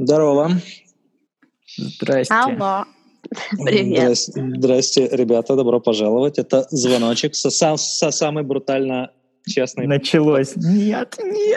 Здорово. Здрасте. Алло. Привет. Здрасте, ребята, добро пожаловать. Это звоночек со самой брутально честной... Началось. Нет.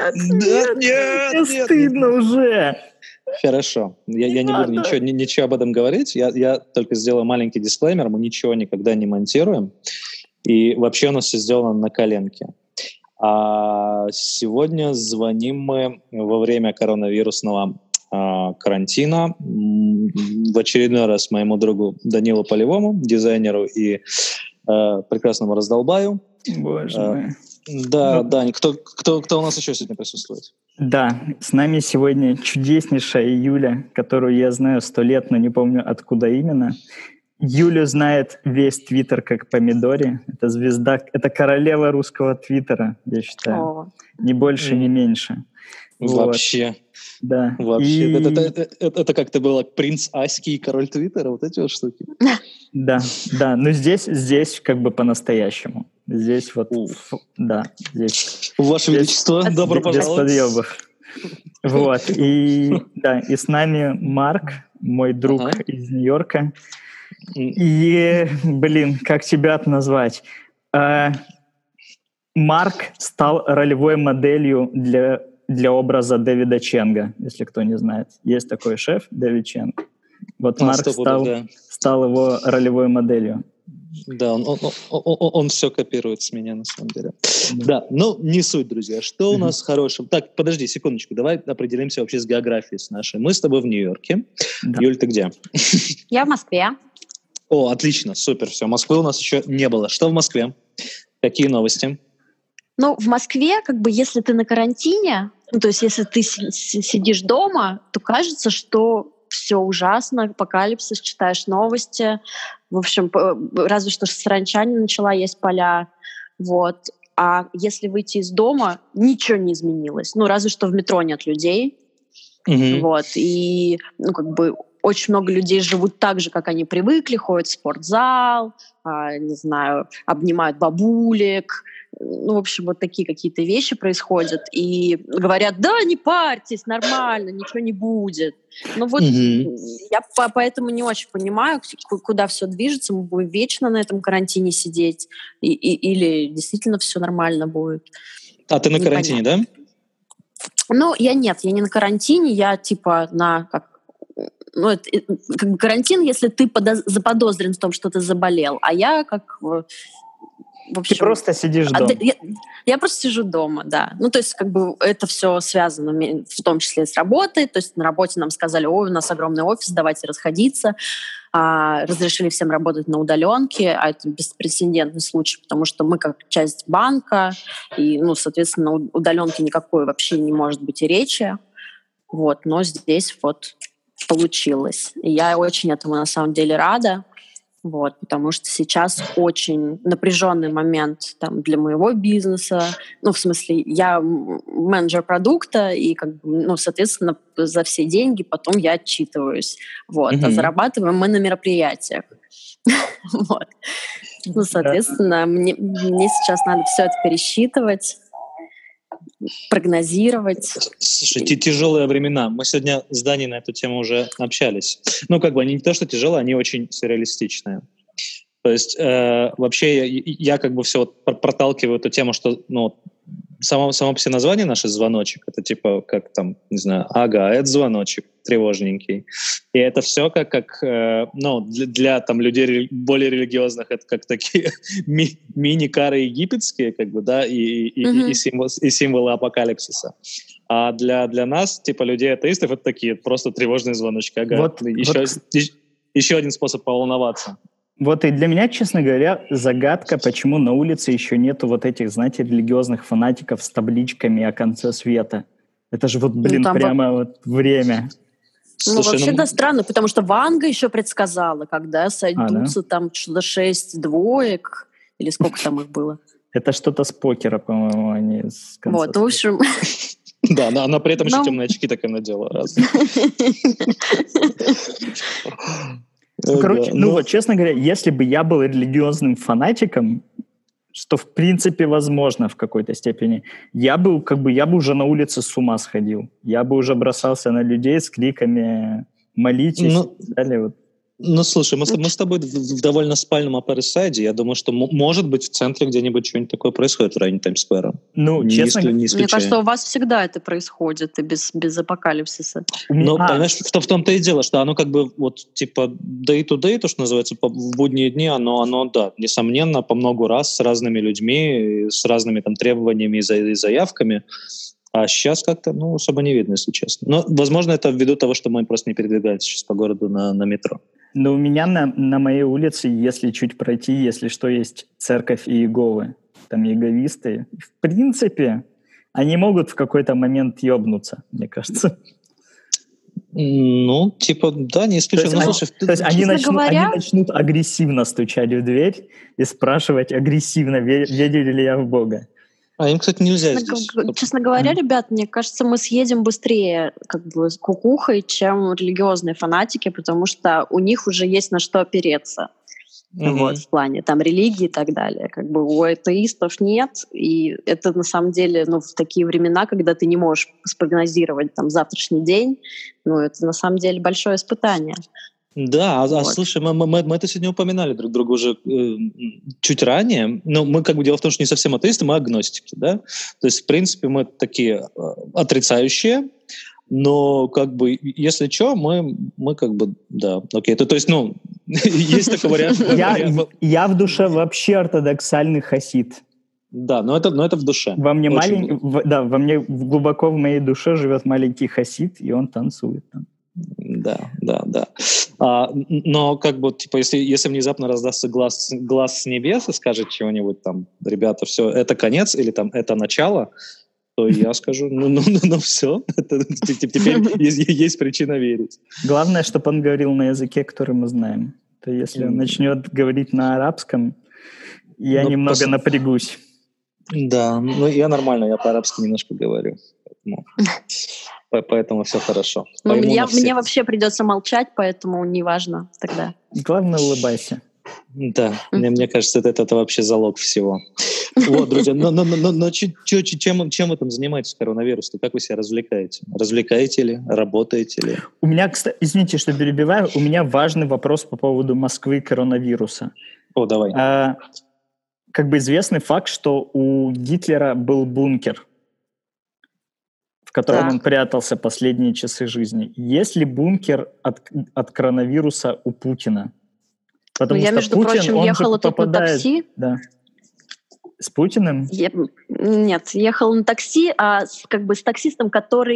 Нет. Стыдно уже. Хорошо. Я не буду ничего об этом говорить. Я только сделаю маленький дисклеймер. Мы ничего никогда не монтируем. И вообще у нас все сделано на коленке. А сегодня звоним мы во время коронавирусного карантина в очередной раз моему другу Данилу Полевому, дизайнеру и прекрасному раздолбаю. Боже мой. Да, Дань, кто у нас еще сегодня присутствует? Да, с нами сегодня чудеснейшая Юля, которую я знаю 100 лет, но не помню, откуда именно. Юлю знает весь Твиттер как помидори. Это звезда, это королева русского Твиттера, я считаю. Ни больше, ни меньше. Вообще. Вот. Да. Вообще. Это как-то было принц Аськи и король Твиттера, вот эти вот штуки. Да. Но здесь как бы по-настоящему. Здесь вот, да, здесь. Ваше Величество, добро пожаловать. Без подъебов. Вот, и с нами Марк, мой друг из Нью-Йорка. И, как тебя назвать? Марк стал ролевой моделью для образа Дэвида Ченга, если кто не знает. Есть такой шеф, Дэвид Ченг. Вот Марк стал его ролевой моделью. Да, он все копирует с меня, на самом деле. Да, не суть, друзья. Что у нас хорошего? Так, подожди секундочку, давай определимся вообще с географией с нашей. Мы с тобой в Нью-Йорке. Да. Юль, ты где? Я в Москве. О, отлично, супер, все. Москвы у нас еще не было. Что в Москве? Какие новости? В Москве, если ты на карантине, то есть если ты сидишь дома, то кажется, что все ужасно, апокалипсис, читаешь новости. В общем, разве что саранча не начала есть поля. Вот. А если выйти из дома, ничего не изменилось. Разве что в метро нет людей. Mm-hmm. Вот. И, очень много людей живут так же, как они привыкли, ходят в спортзал, не знаю, обнимают бабулек. В общем, вот такие какие-то вещи происходят. И говорят, да, не парьтесь, нормально, ничего не будет. Я поэтому не очень понимаю, куда все движется. Мы будем вечно на этом карантине сидеть. Или действительно все нормально будет. А ты на карантине, да? Я не на карантине, я карантин, если ты заподозрен в том, что ты заболел, а я в общем, ты просто сидишь дома. Я просто сижу дома, да. То есть это все связано в том числе с работой. То есть на работе нам сказали, у нас огромный офис, давайте расходиться. Разрешили всем работать на удаленке, а это беспрецедентный случай, потому что мы как часть банка, и, соответственно, на удаленке никакой вообще не может быть и речи. Вот, но здесь получилось. И я очень этому на самом деле рада, потому что сейчас очень напряженный момент для моего бизнеса. В смысле, я менеджер продукта, и, соответственно, за все деньги потом я отчитываюсь. А зарабатываем мы на мероприятиях. Соответственно, мне сейчас надо все это пересчитывать, прогнозировать. Слушай, тяжелые времена. Мы сегодня с Даней на эту тему уже общались. Они не то, что тяжелые, они очень сюрреалистичные. То есть вообще я все проталкиваю эту тему, что само по себе название наше «Звоночек» — это типа как там, не знаю, это звоночек тревожненький. И это все для там людей более религиозных это как такие мини-кары египетские, и символы апокалипсиса. А для нас, типа людей-атеистов, это такие просто тревожные звоночки. Еще один способ поволноваться. И для меня, честно говоря, загадка, почему на улице еще нету этих, знаете, религиозных фанатиков с табличками о конце света. Это же прямо время. Вообще странно, потому что Ванга еще предсказала, когда сойдутся там что-то 6 двоек, или сколько там их было. Это что-то с покера, по-моему, они с конца света. В общем... Да, она при этом еще темные очки такие надела. Честно говоря, если бы я был религиозным фанатиком, что в принципе возможно в какой-то степени. Я бы уже на улице с ума сходил. Я бы уже бросался на людей с криками «молитесь» и так далее. Вот. Ну, слушай, мы с тобой в довольно спальном Upper East Side. Я думаю, что, может быть, в центре где-нибудь что-нибудь такое происходит в районе Таймс-сквера. Ну, честно говоря, мне кажется, у вас всегда это происходит, и без апокалипсиса. Ну, понимаешь, в том-то и дело, что оно как бы вот типа day-to-day, то, что называется, в будние дни, оно, да, несомненно, по много раз с разными людьми, с разными там требованиями и заявками. А сейчас как-то, особо не видно, если честно. Но, возможно, это ввиду того, что мы просто не передвигаемся сейчас по городу на метро. Но у меня на моей улице, если чуть пройти, если что, есть церковь Иеговы. Там иеговисты. В принципе, они могут в какой-то момент ёбнуться, мне кажется. Ну, типа, да, не исключено. То есть они начнут агрессивно стучать в дверь и спрашивать агрессивно, верили ли я в Бога. А им, кстати, нельзя здесь. Честно говоря, ребят, мне кажется, мы съедем быстрее как бы с кукухой, чем религиозные фанатики, потому что у них уже есть на что опереться. Вот, в плане там религии и так далее. Как бы у атеистов нет, и это на самом деле, в такие времена, когда ты не можешь спрогнозировать там завтрашний день, это на самом деле большое испытание. Да, вот. Слушай, мы это сегодня упоминали друг друга уже чуть ранее, но мы как бы дело в том, что не совсем атеисты, мы агностики, да, то есть в принципе мы такие отрицающие, но как бы если что, мы как бы, да, окей, то есть, есть такой вариант. Я в душе вообще ортодоксальный хасид. Да, но это в душе. Во мне глубоко в моей душе живет маленький хасид, и он танцует там. Да. Но как бы, типа, если внезапно раздастся глаз с небес и скажет чего-нибудь там, ребята, все, это конец или там это начало, то я скажу, все, теперь есть причина верить. Главное, чтобы он говорил на языке, который мы знаем. То если он начнет говорить на арабском, я немного напрягусь. Да, я нормально, я по-арабски немножко говорю. Поэтому все хорошо. Мне вообще придется молчать, поэтому неважно тогда. Главное, улыбайся. Да, мне кажется, это вообще залог всего. Вот, друзья, но чем вы там занимаетесь коронавирусом? Как вы себя развлекаете? Развлекаете ли? Работаете ли? У меня, кстати, извините, что перебиваю, у меня важный вопрос по поводу Москвы и коронавируса. О, давай. Как бы известный факт, что у Гитлера был бункер, в котором он прятался последние часы жизни. Есть ли бункер от коронавируса у Путина? Потому что между Путин, прочим, ехала тут на такси. Да. С Путиным? Нет, ехала на такси, с таксистом,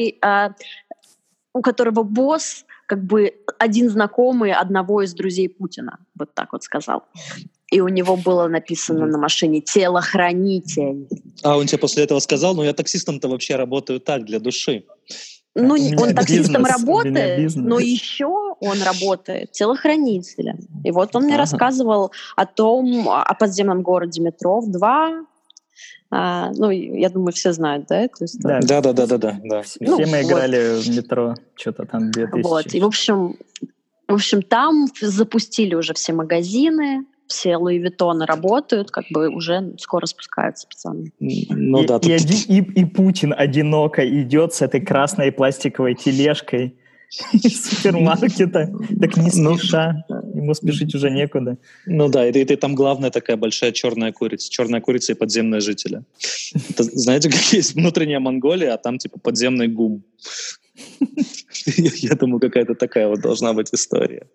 у которого босс, как бы один знакомый одного из друзей Путина, вот так вот сказал. И у него было написано на машине «телохранитель». А он тебе после этого сказал, я таксистом-то вообще работаю так, для души. Он таксистом работает, но еще он работает телохранителем. И вот он мне рассказывал о подземном городе Метров-2. Я думаю, все знают, да, эту историю? Да. Все мы играли в метро, что-то там 2000. Вот, и в общем, там запустили уже все магазины, все Луи Виттоны работают, как бы уже скоро спускаются пацаны. И Путин одиноко идет с этой красной пластиковой тележкой из супермаркета, так не спеша. Ему спешить уже некуда. И там главная такая большая черная курица и подземные жители. Это, знаете, как есть внутренняя Монголия, а там типа подземный ГУМ. Я думаю, какая-то такая вот должна быть история.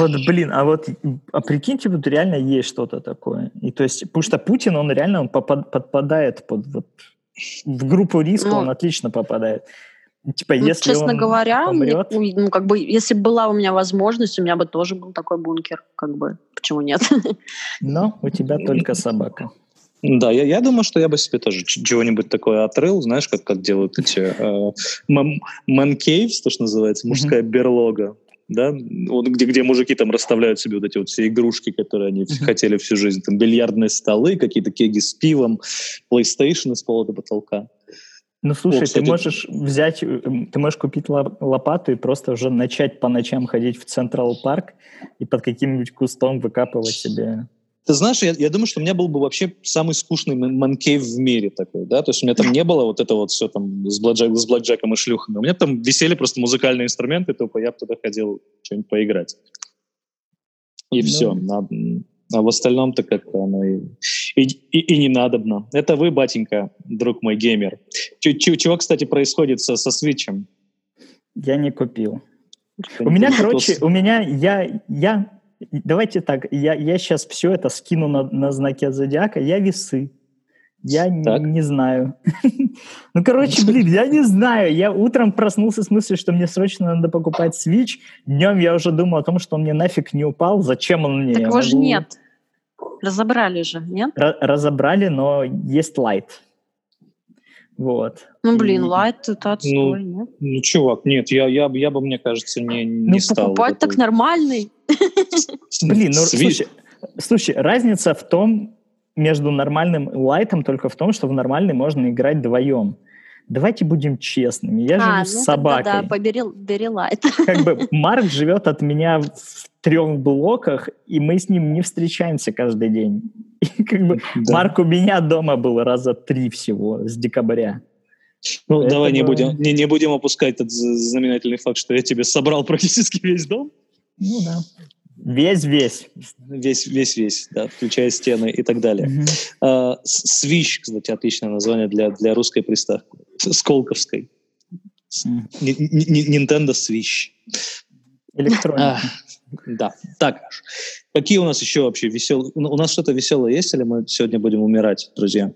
А прикиньте, вот реально есть что-то такое. И то есть, потому что Путин, он реально подпадает в группу риска, он отлично попадает. Типа, если честно говоря, помрет... если бы была у меня возможность, у меня бы тоже был такой бункер, как бы, почему нет? Но у тебя только собака. Да, я думаю, что я бы себе тоже чего-нибудь такое отрыл, знаешь, как делают эти man caves, то, что называется, мужская берлога, да, вот где мужики там расставляют себе вот эти вот все игрушки, которые они хотели всю жизнь, там бильярдные столы, какие-то кеги с пивом, PlayStation с пола до потолка. Слушай, ты можешь купить лопату и просто уже начать по ночам ходить в Централ Парк и под каким-нибудь кустом выкапывать себе... Ты знаешь, я думаю, что у меня был бы вообще самый скучный манкейв в мире такой, да, то есть у меня там не было вот это вот все там с блэкджеком и шлюхами. У меня там висели просто музыкальные инструменты, тупо я бы туда ходил что-нибудь поиграть. И все. А в остальном-то как-то оно и не надобно. Это вы, батенька, друг мой геймер. Чего, кстати, происходит со Switch'ем? Я не купил. У меня, короче, давайте так, я сейчас все это скину на знаке зодиака, я весы. Я не знаю. Ну, короче, я не знаю. Я утром проснулся с мыслью, что мне срочно надо покупать Switch. Днем я уже думал о том, что он мне нафиг не упал. Зачем он мне? Так его же нет. Разобрали же, нет? Разобрали, но есть Lite. Вот. Ну, блин, Lite это отстой, нет? Ну, чувак, нет, я бы, мне кажется, не стал. Ну, покупать так нормальный. Блин, ну, слушай, разница в том, между нормальным и лайтом только в том, что в нормальный можно играть вдвоем. Давайте будем честными. Я живу с собакой. Да, бери лайт. Как бы Марк живет от меня в 3 блоках, и мы с ним не встречаемся каждый день. И как бы Марк у меня дома был раза 3 всего с декабря. Ну, давай не будем опускать этот знаменательный факт, что я тебе собрал практически весь дом. Ну да. Весь, да, включая стены и так далее. Switch, кстати, отличное название для русской приставки. Сколковской. Nintendo Switch. Электроника. Да. Так, какие у нас еще вообще веселые... У нас что-то веселое есть, или мы сегодня будем умирать, друзья?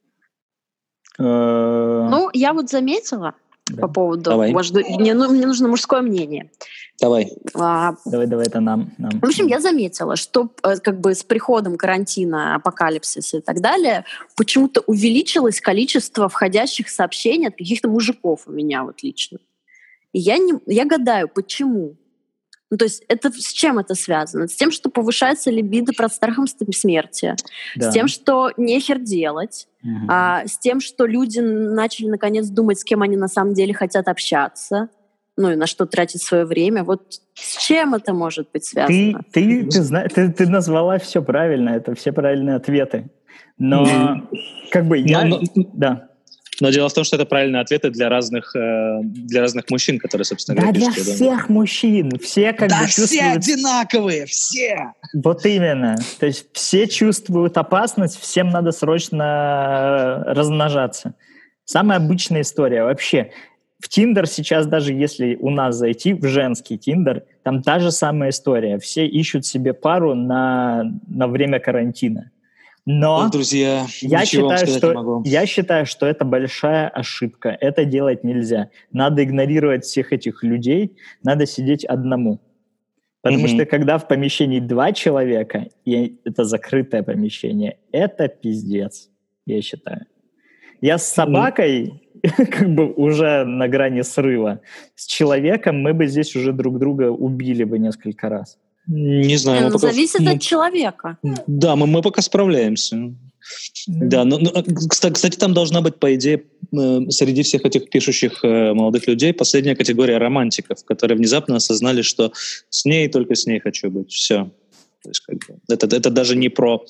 Ну, я вот заметила по поводу... Может, мне нужно мужское мнение. Давай, это нам. В общем, я заметила, что как бы с приходом карантина, апокалипсиса и так далее почему-то увеличилось количество входящих сообщений от каких-то мужиков у меня вот лично. И я гадаю, почему. Ну, то есть с чем это связано? С тем, что повышается либидо под страхом смерти, с тем, что нехер делать, с тем, что люди начали наконец думать, с кем они на самом деле хотят общаться, ну и на что тратить свое время. Вот с чем это может быть связано? Ты назвала все правильно, это все правильные ответы. Но как бы да. Но дело в том, что это правильные ответы для разных мужчин, которые, собственно говоря, пишут. Да, для всех мужчин. Все как бы чувствуют... все одинаковые, все! Вот именно. То есть все чувствуют опасность, всем надо срочно размножаться. Самая обычная история вообще. В Tinder сейчас, даже если у нас зайти в женский Tinder, там та же самая история. Все ищут себе пару на время карантина. Но друзья, я считаю, что это большая ошибка. Это делать нельзя. Надо игнорировать всех этих людей, надо сидеть одному. Потому что когда в помещении 2 человека, и это закрытое помещение, это пиздец, я считаю. Я с собакой как бы уже на грани срыва. С человеком мы бы здесь уже друг друга убили бы несколько раз. Не знаю. Зависит от человека. Да, мы пока справляемся. Да, кстати, там должна быть, по идее, среди всех этих пишущих молодых людей последняя категория романтиков, которые внезапно осознали, что только с ней хочу быть. Все. То есть, как бы, это даже не про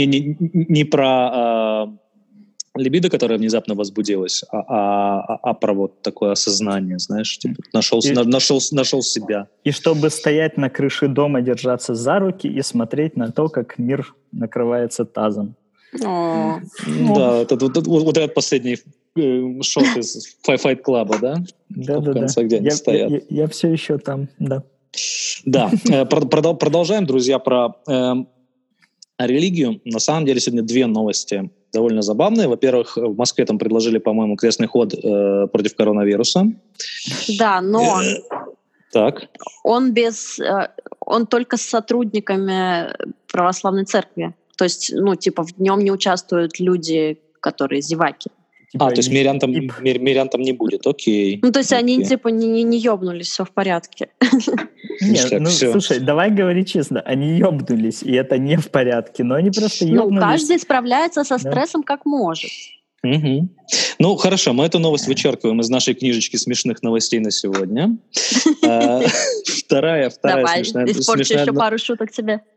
либидо, которое внезапно возбудилось, а про вот такое осознание, знаешь, типа нашел себя. И чтобы стоять на крыше дома, держаться за руки и смотреть на то, как мир накрывается тазом. Да, вот этот последний шот из Fight Club, да? Да. В конце, где они стоят. Я все еще там, да. Да, продолжаем, друзья, про религию. На самом деле сегодня 2 новости довольно забавные. Во-первых, в Москве там предложили, по-моему, крестный ход против коронавируса. Да, но так. Он только с сотрудниками православной церкви. То есть, в нем не участвуют люди, которые зеваки. То есть мирян там не будет, окей. То есть они не ёбнулись, все в порядке. Нет, слушай, давай говорить честно, они ёбнулись, и это не в порядке, но они просто ёбнулись. Каждый справляется со стрессом как может. Угу. Ну, хорошо, мы эту новость вычеркиваем из нашей книжечки смешных новостей на сегодня. Вторая Давай, смешная... испорчу еще пару шуток тебе.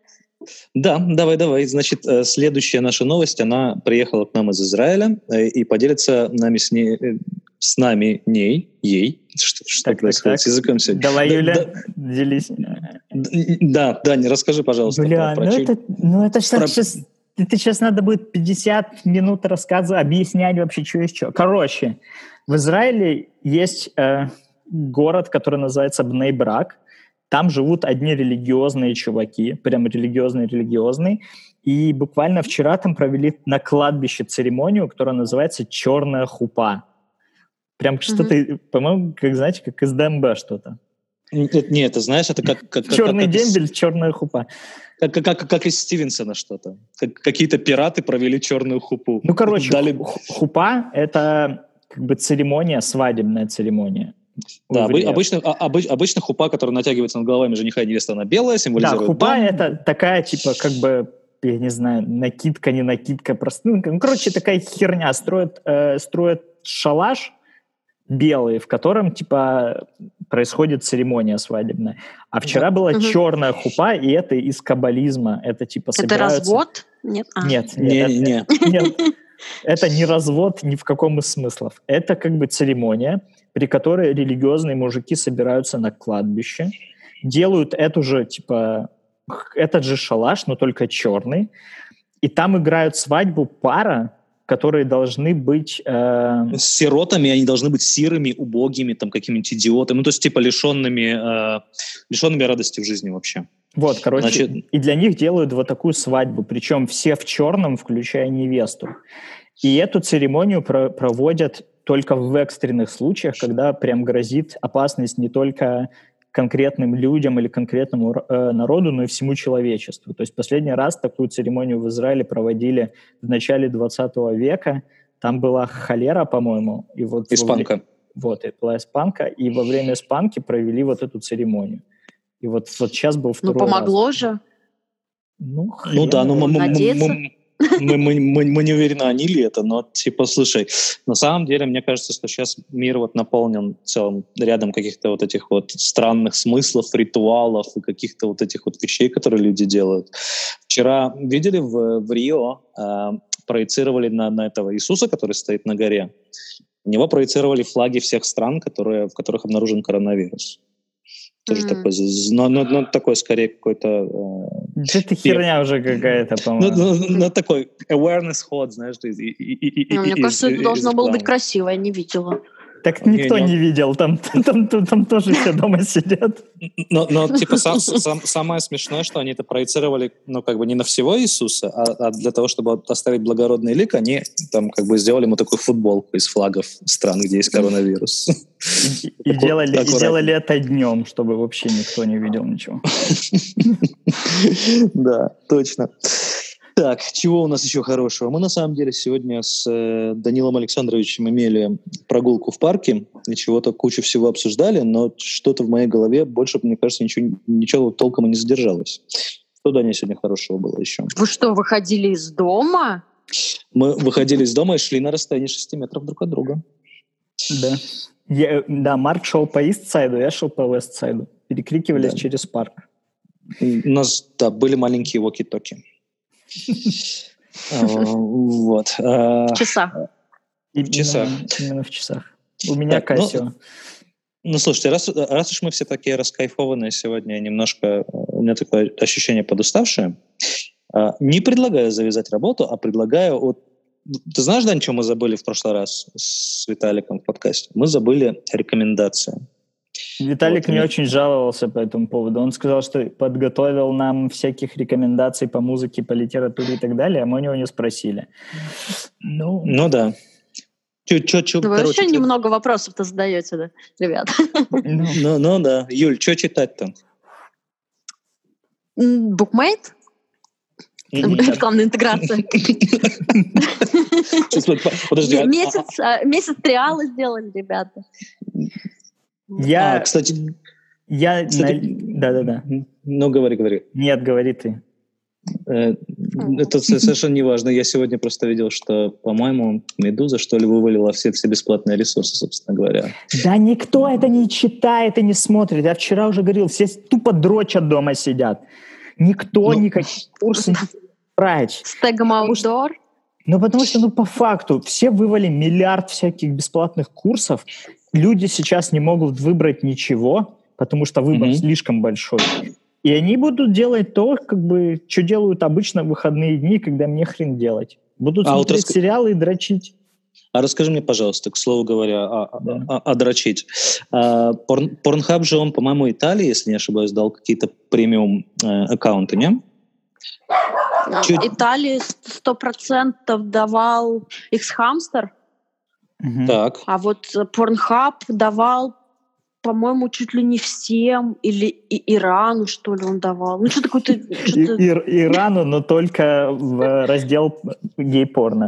Да, давай. Значит, следующая наша новость, она приехала к нам из Израиля и поделится с нами ей. Что происходит с языком сегодня? Давай, Юля, делись. Да, Даня, расскажи, пожалуйста. Бля, это сейчас надо будет 50 минут рассказа, объяснять вообще, что есть что. Короче, в Израиле есть город, который называется Бней-Брак. Там живут одни религиозные чуваки, прям религиозные. И буквально вчера там провели на кладбище церемонию, которая называется «Черная хупа». Прям что-то, по-моему, знаете, как из ДМБ что-то. Нет, ты знаешь, это как «Черный дембель», «Черная хупа». Как из Стивенсона что-то. Какие-то пираты провели черную хупу. Ну, короче, хупа — это как бы церемония, свадебная церемония. Да, обычно хупа, которая натягивается над головами жениха и невесты, она белая, символизирует дом. Да, хупа — дом. это такая, типа, как бы, я не знаю, накидка, не накидка, просто, ну, короче, такая херня. Строят шалаш белый, в котором, типа, происходит церемония свадебная. А вчера была черная хупа, и это из каббализма. Это, типа, собираются... Это развод? Нет. Нет. Это не развод ни в каком из смыслов. Это как бы церемония, при которой религиозные мужики собираются на кладбище, делают этот же шалаш, но только черный, и там играют свадьбу пара, которые должны быть... С сиротами, они должны быть сирыми, убогими, там, какими-нибудь идиотами, ну, то есть, типа, лишенными радости в жизни вообще. Вот, короче, и для них делают вот такую свадьбу, причем все в черном, включая невесту. И эту церемонию проводят только в экстренных случаях, когда прям грозит опасность не только конкретным людям или конкретному народу, но и всему человечеству. То есть последний раз такую церемонию в Израиле проводили в начале 20 века. Там была холера, по-моему. И вот испанка. Была испанка. И во время испанки провели вот эту церемонию. И вот сейчас был второй раз. Ну, помогло же. Ну да, мы не уверены, они ли это, но, типа, слушай, на самом деле, мне кажется, что сейчас мир вот наполнен целым рядом каких-то вот этих вот странных смыслов, ритуалов и каких-то вот этих вот вещей, которые люди делают. Вчера видели в Рио, проецировали на этого Иисуса, который стоит на горе, на него проецировали флаги всех стран, в которых обнаружен коронавирус. Тоже такой, но такой скорее какой-то... Это херня уже какая-то, по-моему. Ну, такой awareness ход, знаешь. Мне кажется, это должно было быть красиво, я не видела. Так никто не видел, там тоже все дома сидят. Но типа, самое смешное, что они это проецировали, ну, как бы не на всего Иисуса, а для того, чтобы оставить благородный лик, они там как бы сделали ему такую футболку из флагов стран, где есть коронавирус. И делали это днем, чтобы вообще никто не видел ничего. Да, точно. Так, чего у нас еще хорошего? Мы, на самом деле, сегодня с Данилом Александровичем имели прогулку в парке, и чего-то кучу всего обсуждали, но что-то в моей голове больше, мне кажется, ничего толком и не задержалось. Что, Даня, сегодня хорошего было еще? Вы что, выходили из дома? Мы выходили из дома и шли на расстоянии 6 метров друг от друга. Да. Марк шел по Ист-Сайду, я шел по Вест-Сайду. Перекрикивались через парк. У нас, да, были маленькие воки-токи. Вот. В часах. Именно в часах. У меня Casio. Ну, слушайте, раз уж мы все такие раскайфованные сегодня, немножко у меня такое ощущение подуставшее, не предлагаю завязать работу, а предлагаю... Ты знаешь, Дань, что мы забыли в прошлый раз с Виталиком в подкасте? Мы забыли рекомендации. Виталик не очень жаловался по этому поводу. Он сказал, что подготовил нам всяких рекомендаций по музыке, по литературе и так далее, а мы у него не спросили. Ну да. Вы вообще немного вопросов-то задаете, да, ребят? Ну да. Юль, что читать-то? Букмейт? Рекламная интеграция. Подожди. Месяц триала сделали, ребята. Кстати... Да. Ну, говори. Нет, говори ты. Это совершенно не важно. Я сегодня просто видел, что, по-моему, Медуза, что ли, вывалила все бесплатные ресурсы, собственно говоря. Да никто это не читает и не смотрит. Я вчера уже говорил, все тупо дрочат дома сидят. Никто никакие курсы не будет брать. Стегом Outdoor? Потому что, по факту, все вывали миллиард всяких бесплатных курсов. Люди сейчас не могут выбрать ничего, потому что выбор слишком большой. И они будут делать то, что делают обычно в выходные дни, когда мне хрен делать. Будут смотреть сериалы и дрочить. А расскажи мне, пожалуйста, к слову говоря, о дрочить. Pornhub же, он, по-моему, Италии, если не ошибаюсь, дал какие-то премиум аккаунты, не? Италии 100% давал X-Hamster. Так. А вот Pornhub давал, по-моему, чуть ли не всем, или Ирану, что ли, он давал. Ну, что-то какое-то... Ирану, но только в раздел гей-порно.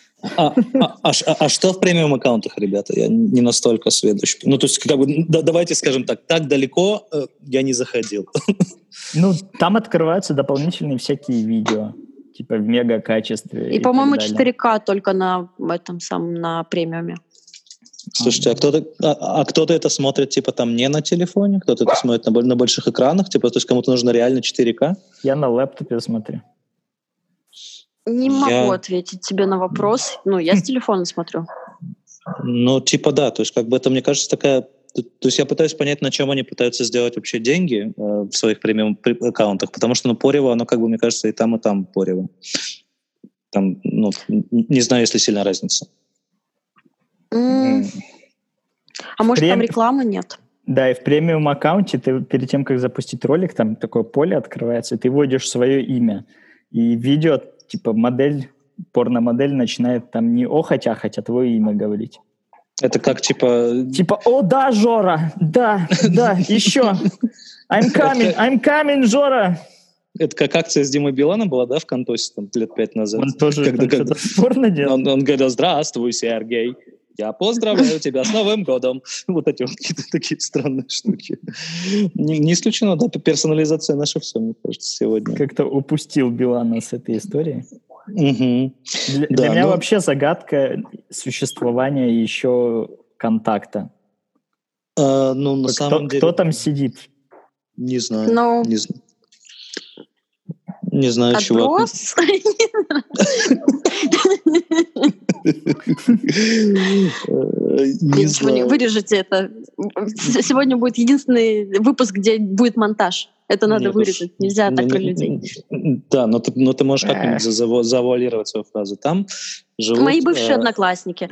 А что в премиум аккаунтах, ребята? Я не настолько сведущ. Ну, то есть, давайте скажем так далеко я не заходил. Там открываются дополнительные всякие видео, типа в мега-качестве. И по-моему, 4К только на этом самом, на премиуме. Слушайте, а кто-то это смотрит, типа, там не на телефоне? Кто-то это смотрит на больших экранах? Типа, то есть кому-то нужно реально 4К? Я на лэптопе смотрю. Не могу ответить тебе на вопрос. Я с телефона смотрю. Типа да. То есть это, мне кажется, такая... То есть я пытаюсь понять, на чем они пытаются сделать вообще деньги в своих премиум аккаунтах, потому что, порево, оно, мне кажется, и там порево. Там, не знаю, есть ли сильная разница. А может, там рекламы нет? Да, и в премиум аккаунте ты перед тем, как запустить ролик, там такое поле открывается, и ты вводишь свое имя. И видео, типа порномодель начинает там не охоть-ахоть, а твое имя говорить. Это как, типа... Типа, о, да, Жора, да, еще. I'm coming, Жора. Это как акция с Димой Биланом была, да, в Контосе, там, лет 5 назад? Он тоже что-то порно делал? Он говорил: здравствуй, Сергей, я поздравляю тебя с Новым годом. Вот эти вот какие-то такие странные штуки. Не исключено, да, персонализация наша все, мне кажется, сегодня. Как-то упустил Билана с этой истории. Угу. Для меня вообще загадка существования еще контакта. На самом деле... Кто там сидит? Не знаю. Не знаю, чувак. Ничего не вырежете это. Сегодня будет единственный выпуск, где будет монтаж. Это надо вырезать. Нельзя так про людей. Да, но ты можешь как-нибудь завуалировать свою фразу. Там живут... Мои бывшие одноклассники.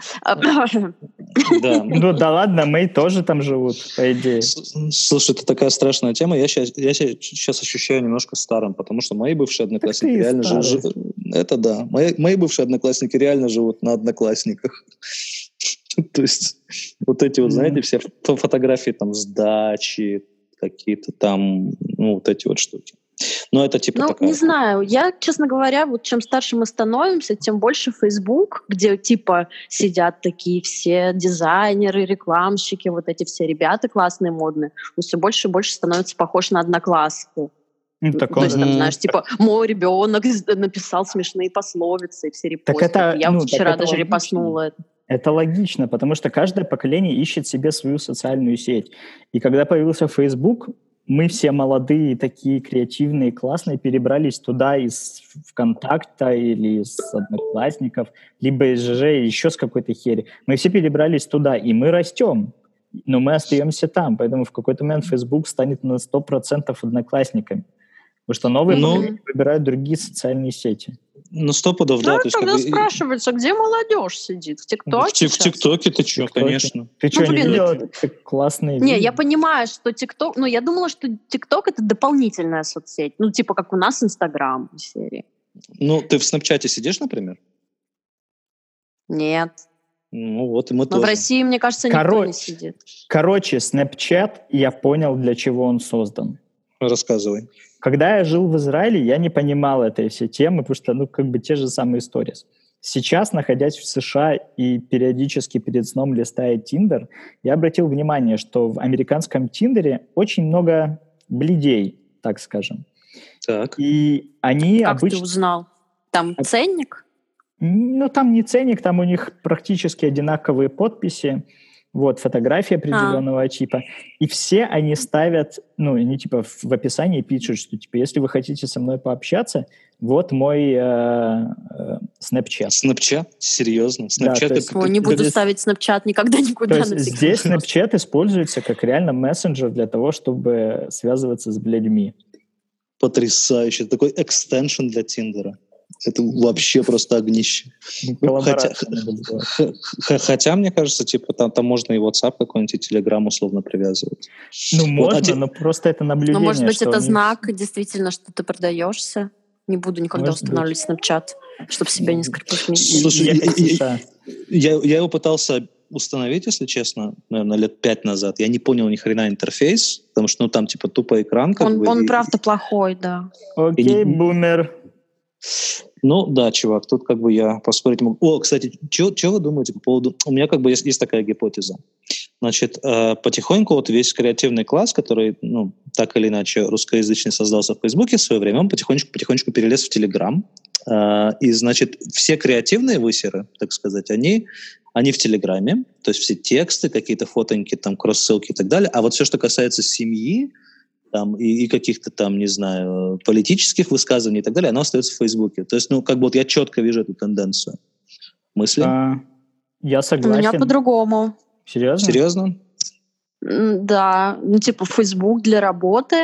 Да ладно, мои тоже там живут, по идее. Слушай, это такая страшная тема. Я сейчас ощущаю немножко старым, потому что мои бывшие одноклассники реально живут... Это да. Мои бывшие одноклассники реально живут на одноклассниках. То есть вот эти вот, знаете, все фотографии там с дачи, какие-то там, вот эти вот штуки. Но это типа такая... не знаю. Я, честно говоря, вот чем старше мы становимся, тем больше Facebook, где типа сидят такие все дизайнеры, рекламщики, вот эти все ребята классные, модные, он все больше и больше становится похож на однокласснику. То есть, там, знаешь, типа, мой ребенок написал смешные пословицы, и все репостят. Я вчера даже репостнула это. Это логично, потому что каждое поколение ищет себе свою социальную сеть. И когда появился Facebook, мы все молодые, такие креативные, классные, перебрались туда из ВКонтакта или из Одноклассников, либо из ЖЖ, или еще с какой-то хери. Мы все перебрались туда, и мы растем, но мы остаемся там. Поэтому в какой-то момент Facebook станет на 100% Одноклассниками. Потому что новые поколения выбирают другие социальные сети. 100%, да. Тогда спрашивается, где молодежь сидит? В ТикТоке? В ТикТоке ты что, конечно. Ты что, не видела классные видео? Не, я понимаю, что ТикТок... я думала, что ТикТок — это дополнительная соцсеть. Типа как у нас Инстаграм в серии. Ты в Снапчате сидишь, например? Нет. Вот и мы тоже. Но в России, мне кажется, никто не сидит. Короче, Снапчат, я понял, для чего он создан. Рассказывай. Когда я жил в Израиле, я не понимал этой всей темы, потому что, те же самые истории. Сейчас, находясь в США и периодически перед сном листая Тиндер, я обратил внимание, что в американском Тиндере очень много блядей, так скажем. Так. И они как ты узнал? Там ценник? Там не ценник, там у них практически одинаковые подписи. вот, фотографии определенного типа, и все они ставят, ну, они типа в описании пишут, что типа, если вы хотите со мной пообщаться, вот мой Snapchat. Snapchat? Серьезно? Да, Snapchat то есть, не буду ставить Snapchat никогда никуда. То есть здесь Snapchat используется как реально мессенджер для того, чтобы связываться с людьми. Потрясающе. Такой экстеншн для Тиндера. Это вообще просто огнище. Хотя, мне кажется, типа там можно и WhatsApp какой-нибудь, и Telegram условно привязывать. Ну, можно, но просто это наблюдение. Ну, может быть, это знак, действительно, что ты продаешься. Не буду никогда устанавливать Snapchat, чтобы себя не скрепить. Слушай, я его пытался установить, если честно, наверное, лет 5 назад. Я не понял ни хрена интерфейс, потому что, ну, там, типа, тупо экран. Он правда плохой, да. Окей, бумер. Ну, да, чувак, тут как бы я поспорить могу. О, кстати, что вы думаете по поводу... У меня как бы есть такая гипотеза. Значит, потихоньку вот весь креативный класс, который, ну, так или иначе русскоязычный создался в Фейсбуке в свое время, он потихонечку перелез в Телеграм. И, значит, все креативные высеры, так сказать, они в Телеграме, то есть все тексты, какие-то фотоньки, там, кросс-ссылки и так далее. А вот все, что касается семьи, там, и каких-то там, не знаю, политических высказываний и так далее, оно остается в Фейсбуке. То есть, ну, как бы вот я четко вижу эту тенденцию. Мысли? Я согласен. У меня по-другому. Серьезно? Да, ну, типа, Facebook для работы,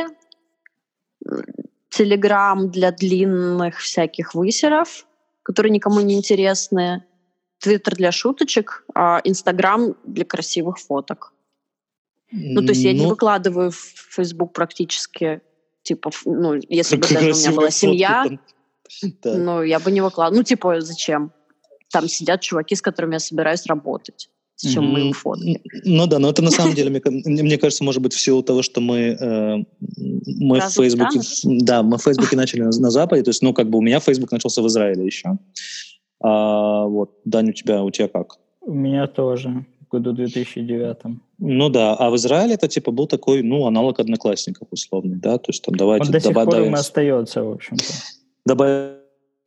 Telegram для длинных всяких высеров, которые никому не интересны, Twitter для шуточек, а Instagram для красивых фоток. Ну, то есть я не выкладываю в Facebook практически, типа, ну, если бы даже у меня была семья, ну, я бы не выкладывала. Ну, типа, зачем? Там сидят чуваки, с которыми я собираюсь работать. Зачем мы им фотки? Ну да, но это на самом деле, мне кажется, может быть, в силу того, что мы в Фейсбуке... Да, мы в Фейсбуке начали на Западе, то есть, ну, как бы у меня Фейсбук начался в Израиле еще. Вот, Дань, у тебя как? У меня тоже. В году 2009. Ну да, а в Израиле это типа был такой, ну, аналог Одноклассников условный, да, то есть там давайте... Он до сих пор им остается, в общем-то.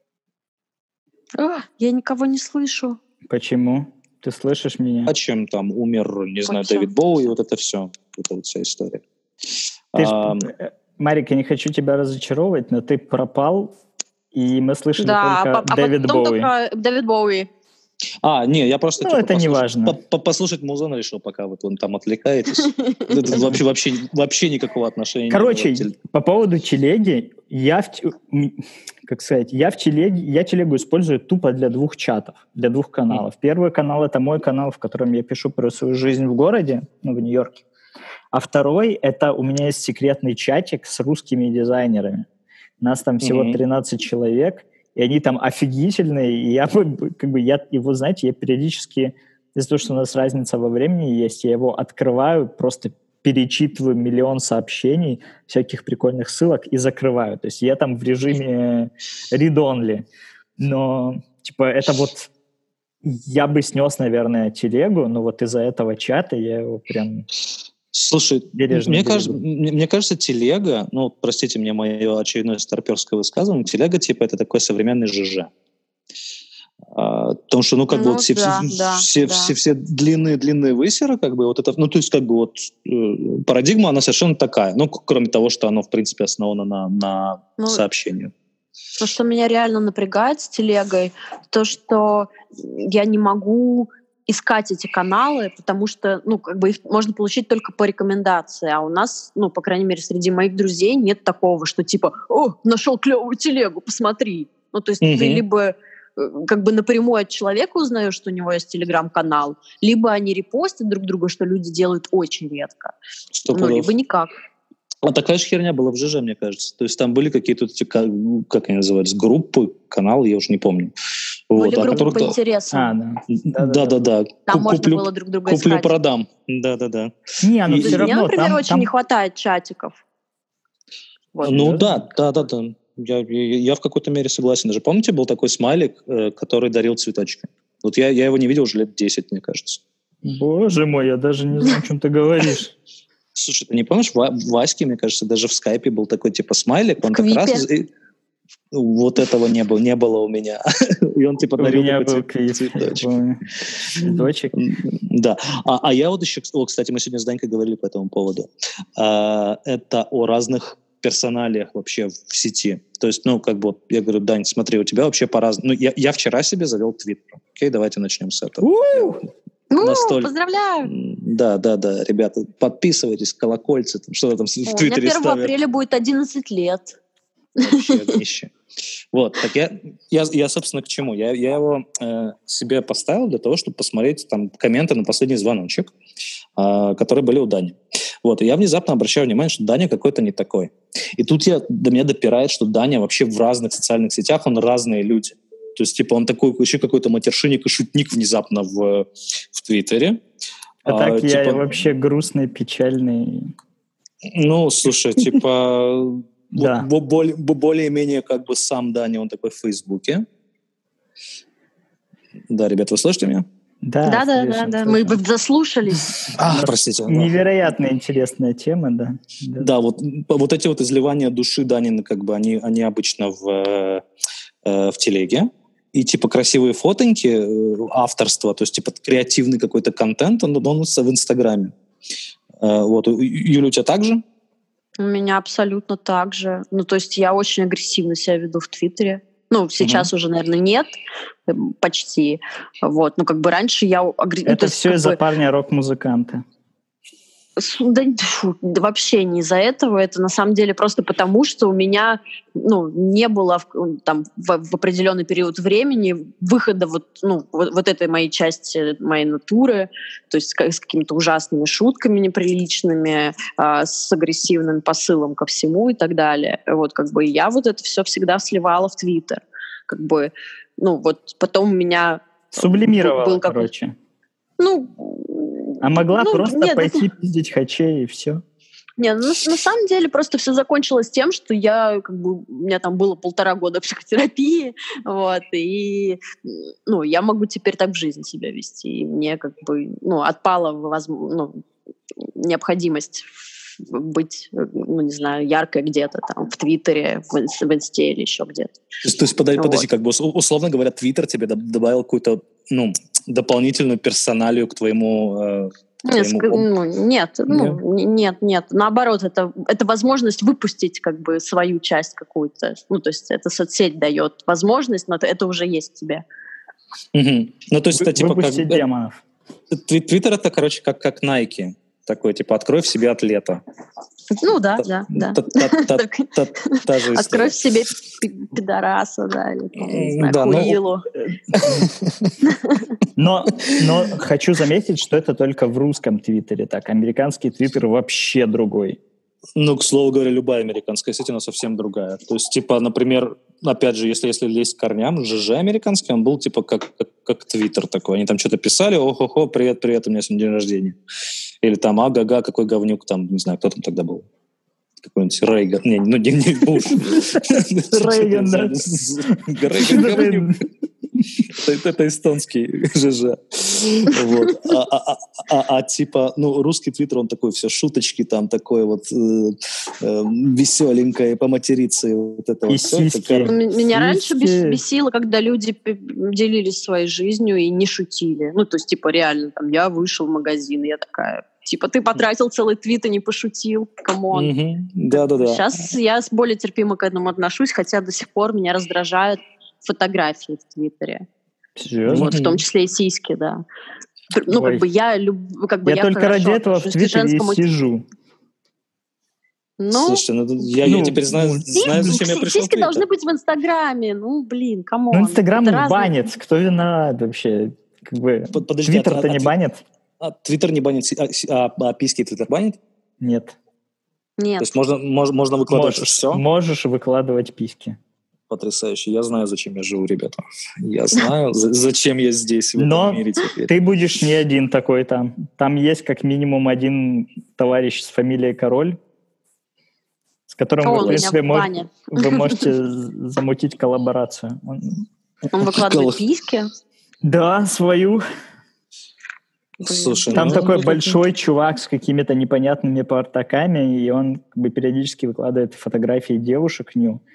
Я никого не слышу. Почему? Ты слышишь меня? А чем там умер, не знаю, Дэвид Боуи, вот это все, это вот вся история. Марик, я не хочу тебя разочаровывать, но ты пропал, и мы слышали только Дэвид Боуи. Дэвид Боуи. Не, я просто... Ну, это не важно. Послушать музон решил, пока вот он там отвлекаетесь. Это вообще никакого отношения. Короче, по поводу телеги, я телегу использую тупо для 2 чатов, для 2 каналов. Первый канал — это мой канал, в котором я пишу про свою жизнь в городе, ну, в Нью-Йорке. А второй — это у меня есть секретный чатик с русскими дизайнерами. Нас там всего 13 человек, и они там офигительные, и я его, знаете, я периодически, из-за того, что у нас разница во времени есть, я его открываю, просто перечитываю миллион сообщений, всяких прикольных ссылок и закрываю. То есть я там в режиме read-only. Но, типа, это вот... Я бы снес, наверное, телегу, но вот из-за этого чата я его прям... Слушай, мне кажется, телега, ну, простите мне мое очередное старперское высказывание, телега, типа, это такой современный ЖЖ. Потому что, ну, как бы вот все длинные высеры, как бы, вот это, ну, то есть, как бы, вот, парадигма, она совершенно такая, ну, кроме того, что оно, в принципе, основано на сообщении. То, что меня реально напрягает с телегой, то, что я не могу искать эти каналы, потому что, ну, как бы их можно получить только по рекомендации, а у нас, ну, по крайней мере, среди моих друзей нет такого, что типа, нашел клевую телегу, посмотри. Ну, то есть ты либо как бы напрямую от человека узнаешь, что у него есть телеграм-канал, либо они репостят друг друга, что люди делают очень редко. Либо никак. А такая же херня была в ЖЖ, мне кажется. То есть там были какие-то, как они назывались, группы, каналы, я уже не помню. Были группы по интересам. Да. Там можно было друг друга искать. Куплю-продам. Да. Не, но все равно. Мне, например, очень не хватает чатиков. Ну да. Я в какой-то мере согласен. Даже помните, был такой смайлик, который дарил цветочки? Вот я его не видел уже лет 10, мне кажется. Боже мой, я даже не знаю, о чем ты говоришь. Слушай, ты не помнишь, в Ваське, мне кажется, даже в скайпе был такой типа смайлик, он как раз... Вот этого не было у меня. И он типа дарил такой цветочек. Да. А я вот еще, кстати, мы сегодня с Данькой говорили по этому поводу. Это о разных персоналиях вообще в сети. То есть, ну, как бы, я говорю, Дань, смотри, у тебя вообще по-разному. Ну, я вчера себе завел Твиттер. Окей, давайте начнем с этого. Поздравляю! Да, ребята, подписывайтесь, колокольцы, там, что там в Твиттере ставят. У меня 1 апреля будет 11 лет. Вообще днище. Вот, так я, собственно, к чему? Я его себе поставил для того, чтобы посмотреть там комменты на последний звоночек, которые были у Дани. Вот, и я внезапно обращаю внимание, что Даня какой-то не такой. И тут до меня допирает, что Даня вообще в разных социальных сетях, он разные люди. То есть, типа, он такой еще какой-то матершинник и шутник внезапно в Твиттере. Так я вообще грустный, печальный. Ну, слушай, типа... Да. Более-менее как бы сам Даня, он такой в Фейсбуке. Да, ребят, вы слышите меня? Да. Мы бы заслушались. Простите. Невероятно интересная тема, да. Да, вот эти вот изливания души Данина, как бы, они обычно в телеге. И типа красивые фотоньки, авторство, то есть типа креативный какой-то контент, он в Инстаграме. Вот. Юля, у тебя так же? У меня абсолютно так же. Ну, то есть я очень агрессивно себя веду в Твиттере. Ну, сейчас уже, наверное, нет, почти. Вот. Ну, как бы раньше я... Это все из-за парня рок-музыканта. Да, вообще не из-за этого. Это на самом деле просто потому, что у меня не было там, в определенный период времени выхода вот этой моей части, моей натуры, то есть с какими-то ужасными шутками неприличными, с агрессивным посылом ко всему и так далее. Вот как бы я вот это все всегда сливала в Твиттер. Как бы, вот потом у меня... Сублимировала, короче. А могла просто пойти пиздить хачей и все? Не, на самом деле просто все закончилось тем, что у меня там было 1,5 года психотерапии, вот, и, я могу теперь так в жизни себя вести, и мне как бы, отпала необходимость быть, не знаю, яркой где-то там в Твиттере, в Инсте или еще где-то. То есть подожди, как бы условно говоря, Твиттер тебе добавил какую-то, дополнительную персоналию к твоему... Нет. Наоборот, это возможность выпустить как бы свою часть какую-то. То есть эта соцсеть дает возможность, но это уже есть в тебе. Ну, то есть это типа выпустить демонов. Твиттер это, короче, как Nike. Такой, типа, открой в себе атлета. Да. Та же история. Открой в себе пидораса, да, или, не знаю, хуилу. Но хочу заметить, что это только в русском Твиттере так. Американский Твиттер вообще другой. К слову говоря, любая американская сеть, она совсем другая. То есть, типа, например, опять же, если лезть к корням, ЖЖ американский, он был, типа, как Твиттер такой. Они там что-то писали, охо-хо, привет, у меня сегодня день рождения. Или там, ага-га, какой говнюк, там, не знаю, кто там тогда был. Какой-нибудь Рейган. Не Буш. Рейган, да. Рейган говнюк. Это эстонский ЖЖ. Вот. Типа, русский Твиттер, он такой, все шуточки там, такое вот веселенькое, поматериться и вот это вот все. Меня раньше бесило, когда люди делились своей жизнью и не шутили. То есть, типа, реально, там, я вышел в магазин, и я такая... Типа, ты потратил целый твит и не пошутил. Камон. Да. Сейчас я более терпимо к этому отношусь, хотя до сих пор меня раздражают фотографии в Твиттере. Серьезно? Вот, в том числе и сиськи, да. Как бы я люблю... Я только ради этого в Твиттере и сижу. Слушайте, я теперь знаю, зачем я пришел в Твиттер. Сиськи должны быть в Инстаграме. Камон. Инстаграм не банит. Кто виноват вообще? Твиттер-то не банит. Твиттер не банит, а письки Твиттер банит? Нет. То есть можно выкладывать все? Можешь выкладывать письки. Потрясающе. Я знаю, зачем я живу, ребята. Я знаю, зачем я здесь, в этом мире теперь. Ты будешь не один такой там. Там есть как минимум один товарищ с фамилией Король, с которым вы, в принципе, вы можете замутить коллаборацию. Он выкладывает письки? Да, свою. Слушай, там такой большой чувак с какими-то непонятными портаками, и он как бы периодически выкладывает фотографии девушек ню.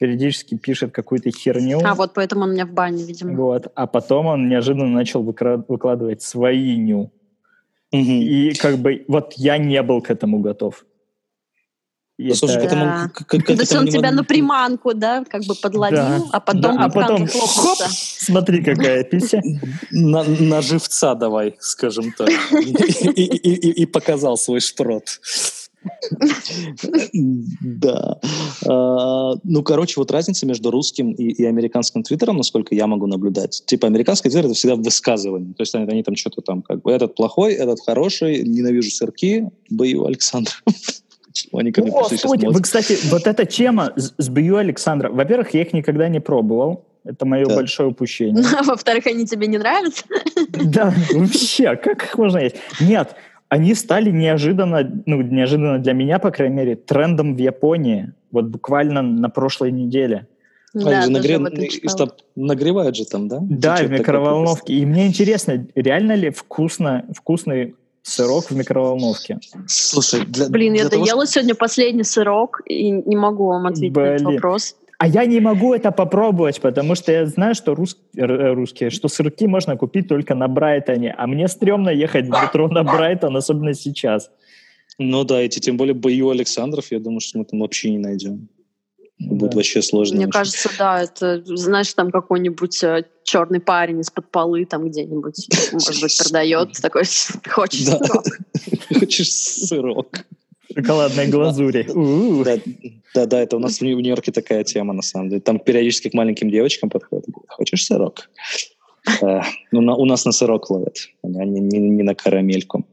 периодически пишет какую-то херню. Вот поэтому он у меня в бане, видимо. Вот, а потом он неожиданно начал выкладывать свои ню. И как бы вот я не был к этому готов. Слушай, То есть он тебя на приманку, да, как бы подловил, а потом хоп, смотри, какая пися. На живца давай, скажем так. И показал свой шпрот. Да. Ну, короче, вот разница между русским и американским твиттером, насколько я могу наблюдать. Типа американский твиттер — это всегда высказывание. То есть они там что-то там как бы этот плохой, этот хороший, ненавижу сырки, бою Александра. Они ко мне пришли сейчас. Вы, кстати, вот эта тема с бою Александра, во-первых, я их никогда не пробовал. Это мое большое упущение. Во-вторых, они тебе не нравятся? Да, вообще, как их можно есть? Нет, они стали неожиданно для меня, по крайней мере, трендом в Японии. Вот буквально на прошлой неделе. Да, нагревают же там, да? Да, в микроволновке. И мне интересно, реально ли вкусный сырок в микроволновке? Слушай, я доела сегодня последний сырок и не могу вам ответить на этот вопрос. А я не могу это попробовать, потому что я знаю, что что сырки можно купить только на Брайтоне, а мне стрёмно ехать в метро на Брайтон, особенно сейчас. Ну да, тем более бою Александров, я думаю, что мы там вообще не найдем. Будет вообще сложно. Мне кажется, да, это, знаешь, там какой-нибудь черный парень из-под полы там где-нибудь, может быть, продает. Такой, хочешь сырок? Хочешь сырок? Шоколадной глазури. Да, это у нас в Нью-Йорке такая тема, на самом деле. Там периодически к маленьким девочкам подходят. Хочешь сырок? У нас на сырок ловят, не на карамельку.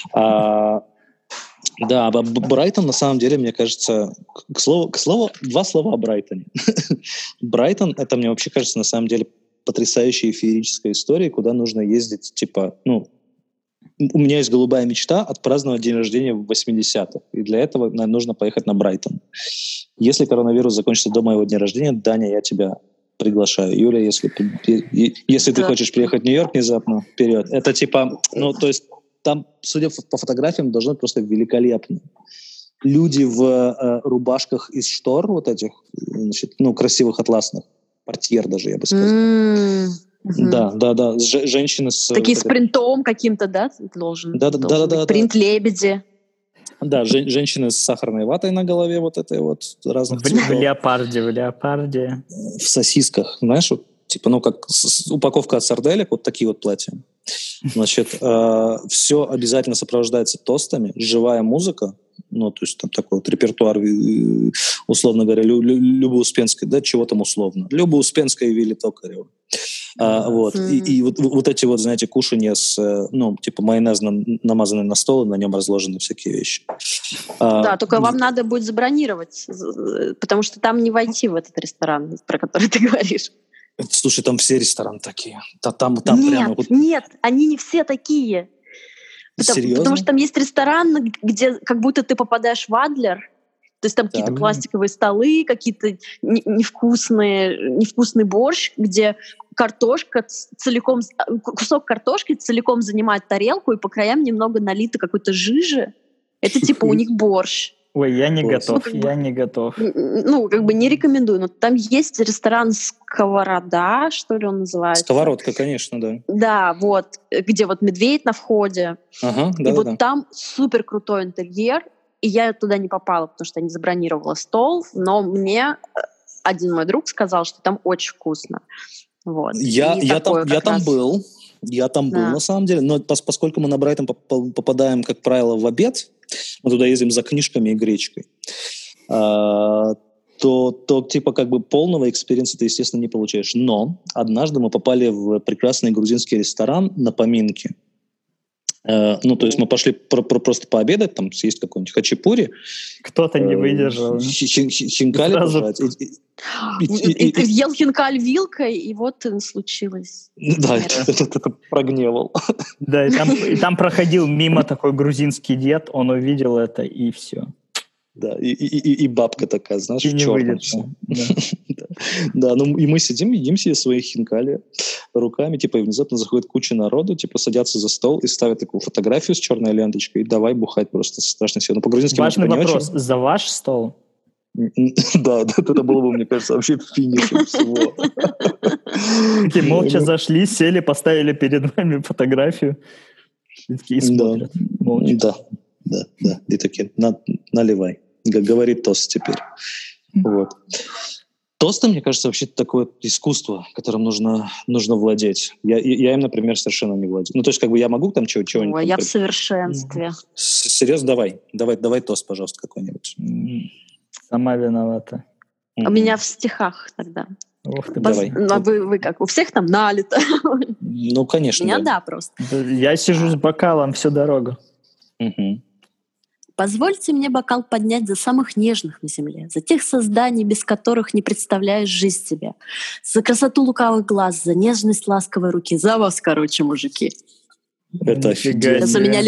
Да, Брайтон, на самом деле, мне кажется, к слову, два слова о Брайтоне. Брайтон, это, мне вообще кажется, на самом деле, потрясающая феерическая история, куда нужно ездить, типа, у меня есть голубая мечта отпраздновать день рождения в 80-х, и для этого нужно поехать на Брайтон. Если коронавирус закончится до моего дня рождения, Даня, я тебя приглашаю. Юля, если ты хочешь приехать в Нью-Йорк внезапно, вперед. Это типа, то есть там, судя по фотографиям, должно быть просто великолепно. Люди в рубашках из штор вот этих, значит, красивых атласных, портьер даже, я бы сказал. Да. Женщины с... Такие с принтом каким-то, да? Должен быть принт лебеди. Да, женщины с сахарной ватой на голове вот этой вот разных цветов. В леопарде. В сосисках, знаешь, вот, типа, как упаковка от сарделек, вот такие вот платья. Значит, все обязательно сопровождается тостами, живая музыка, то есть там такой вот репертуар, условно говоря, Люба Успенская, да, чего там условно, Люба Успенская и Вилли Токарева. И вот эти вот, знаете, кушанья с, типа майонез намазанный на стол, и на нем разложены всякие вещи. Да, только вам надо будет забронировать, потому что там не войти в этот ресторан, про который ты говоришь. Слушай, там все рестораны такие. Нет, они не все такие. Потому что там есть ресторан, где как будто ты попадаешь в Адлер. То есть там какие-то пластиковые столы, какие-то невкусный борщ, где картошка целиком, кусок картошки целиком занимает тарелку, и по краям немного налито какой-то жижи. Это типа у них борщ. Ой, я не готов. Не рекомендую. Но там есть ресторан «Сковорода», что ли он называется? Сковородка, конечно, да. Да, вот, где вот медведь на входе. Там супер крутой интерьер, и я туда не попала, потому что я не забронировала стол, но мне один мой друг сказал, что там очень вкусно. Вот. Я там был, на самом деле, но поскольку мы на Брайтон попадаем, как правило, в обед, мы туда ездим за книжками и гречкой, то типа как бы полного экспириенса ты, естественно, не получаешь. Но однажды мы попали в прекрасный грузинский ресторан на поминки. То есть мы пошли просто пообедать, там съесть какой-нибудь хачапури. Кто-то не выдержал. Хинкали пожрать. Ты ел хинкаль вилкой, и вот случилось. Да, это прогневал. Да, и там проходил мимо такой грузинский дед, он увидел это, и все. Да, и бабка такая, знаешь, в черном. Да, и мы сидим, едим себе свои хинкали руками, типа, и внезапно заходит куча народу, типа, садятся за стол и ставят такую фотографию с черной ленточкой, и давай бухать просто страшно сильно. По-грузински важный вопрос, за ваш стол? Да, это было бы, мне кажется, вообще финишем всего. Такие молча зашли, сели, поставили перед вами фотографию. И такие смотрят. Молча. Да. И такие, наливай. Говорит тост теперь. Вот. Тосты, мне кажется, вообще такое искусство, которым нужно владеть. Я им, например, совершенно не владею. Ну, то есть, как бы я могу там чего-нибудь... Ой, я в совершенстве. Серьезно, давай тост, пожалуйста, какой-нибудь. Сама виновата. У меня в стихах тогда. Ух ты, давай. А вы как? У всех там налито? Ну, конечно. У меня да, просто. Я сижу с бокалом всю дорогу. Угу. Позвольте мне бокал поднять за самых нежных на земле, за тех созданий, без которых не представляешь жизнь себе, за красоту лукавых глаз, за нежность ласковой руки, за вас, короче, мужики. Это офигенно. Сейчас у меня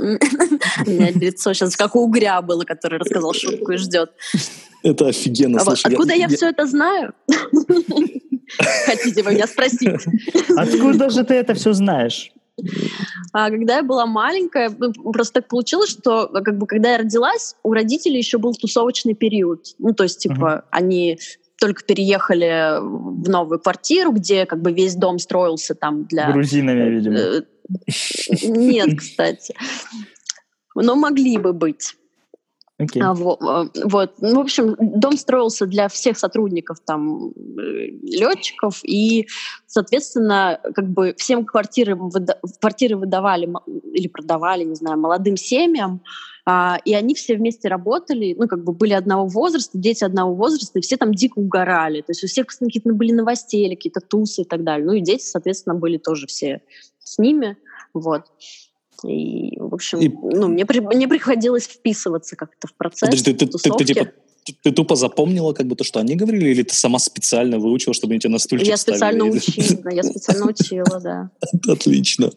лицо сейчас как у угря было, который рассказал шутку и ждет. Это офигенно. Слушай, откуда я все это знаю? Хотите вы меня спросить? Откуда же ты это все знаешь? Когда я была маленькая, просто так получилось, что как бы когда я родилась, у родителей еще был тусовочный период. Ну, то есть, типа, они только переехали в новую квартиру, где как бы весь дом строился там для... Грузинами, видимо. Нет, кстати. Но могли бы быть. Okay. Вот. Ну, в общем, дом строился для всех сотрудников, там, летчиков, и, соответственно, как бы всем квартиры выдавали или продавали, не знаю, молодым семьям, и они все вместе работали, ну, как бы были одного возраста, дети одного возраста, и все там дико угорали. То есть у всех какие-то были новостели, какие-то тусы и так далее. Ну, и дети, соответственно, были тоже все с ними, вот. И, в общем, мне приходилось вписываться как-то в процесс. Подожди, ты тупо запомнила как бы то, что они говорили, или ты сама специально выучила, чтобы они тебя на стульчик ставили? Я специально учила, да. Отлично.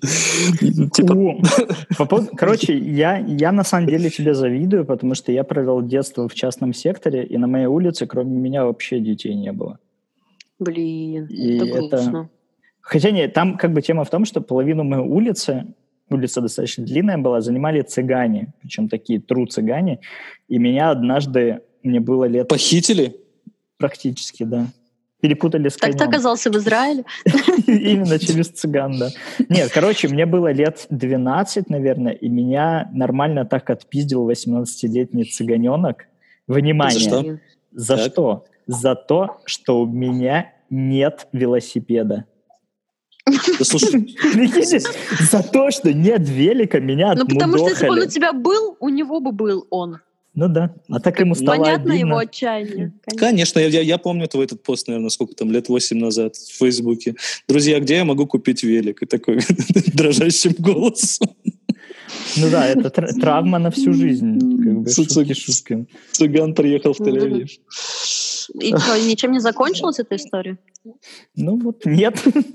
Короче, я на самом деле тебе завидую, потому что я провел детство в частном секторе, и на моей улице кроме меня вообще детей не было. Блин, это грустно. Хотя нет, там как бы тема в том, что половину моей улица достаточно длинная была, занимали цыгане, причем такие тру-цыгане, и меня однажды, мне было лет... Похитили? Практически, да. Перепутали с конем. Так ты оказался в Израиле? Именно через цыган, да. Нет, короче, мне было лет 12, наверное, и меня нормально так отпиздил 18-летний цыганенок. Внимание! За что? За то, что у меня нет велосипеда. Да, слушай, за то, что нет велика, меня отмудохали. Ну, потому что если бы он у тебя был, у него бы был он. Ну да, а так ему стало понятно обидно. Его отчаяние. Конечно, я помню твой этот пост, наверное, сколько там, лет 8 назад в Фейсбуке. Друзья, где я могу купить велик? И такой дрожащим голосом. Ну да, это травма на всю жизнь. Как бы шутки. Цыган приехал в Тель-Авив. И что, ничем не закончилась эта история? Ну вот, нет.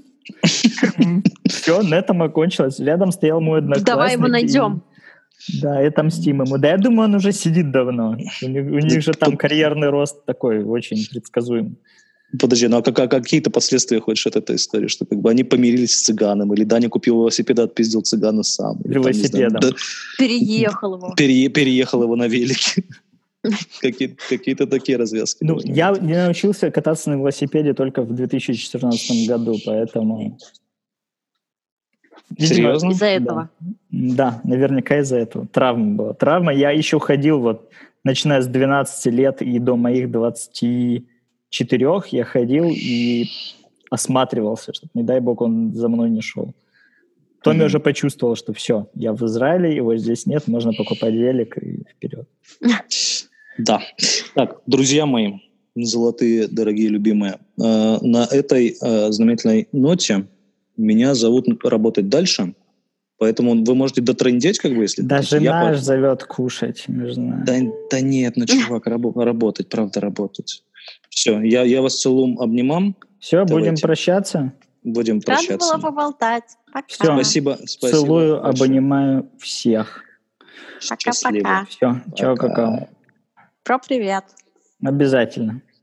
Все, на этом окончилось. Рядом стоял мой одноклассник. Давай его найдем. Да, и отомстим ему. Да, я думаю, он уже сидит давно. У них же там карьерный рост такой, очень предсказуемый. Подожди, ну а какие-то последствия хочешь от этой истории? Что как бы они помирились с цыганом, или Даня купил велосипед, отпиздил цыгана сам? Велосипедом. Переехал его. Переехал его на велике. Какие-то такие развязки. Ну, я не научился кататься на велосипеде только в 2014 году, поэтому... Серьезно? Из-за этого? Да, наверняка из-за этого. Травма была. Я еще ходил, начиная с 12 лет и до моих 24, я ходил и осматривался, чтобы, не дай бог, он за мной не шел. Потом я уже почувствовал, что все, я в Израиле, его здесь нет, можно покупать велик и вперед. Да. Так, друзья мои, золотые, дорогие, любимые, на этой знаменательной ноте меня зовут работать дальше, поэтому вы можете дотрындеть, как бы, если... Даже наш зовет кушать, не знаю. Да нет, чувак, работать, правда, работать. Все, я вас целую, обнимам. Все, будем прощаться? Будем прощаться. Рада была поболтать. Пока. Все, спасибо. Целую, большое. Обнимаю всех. Пока-пока. Все, чао, какао. Про привет. Обязательно.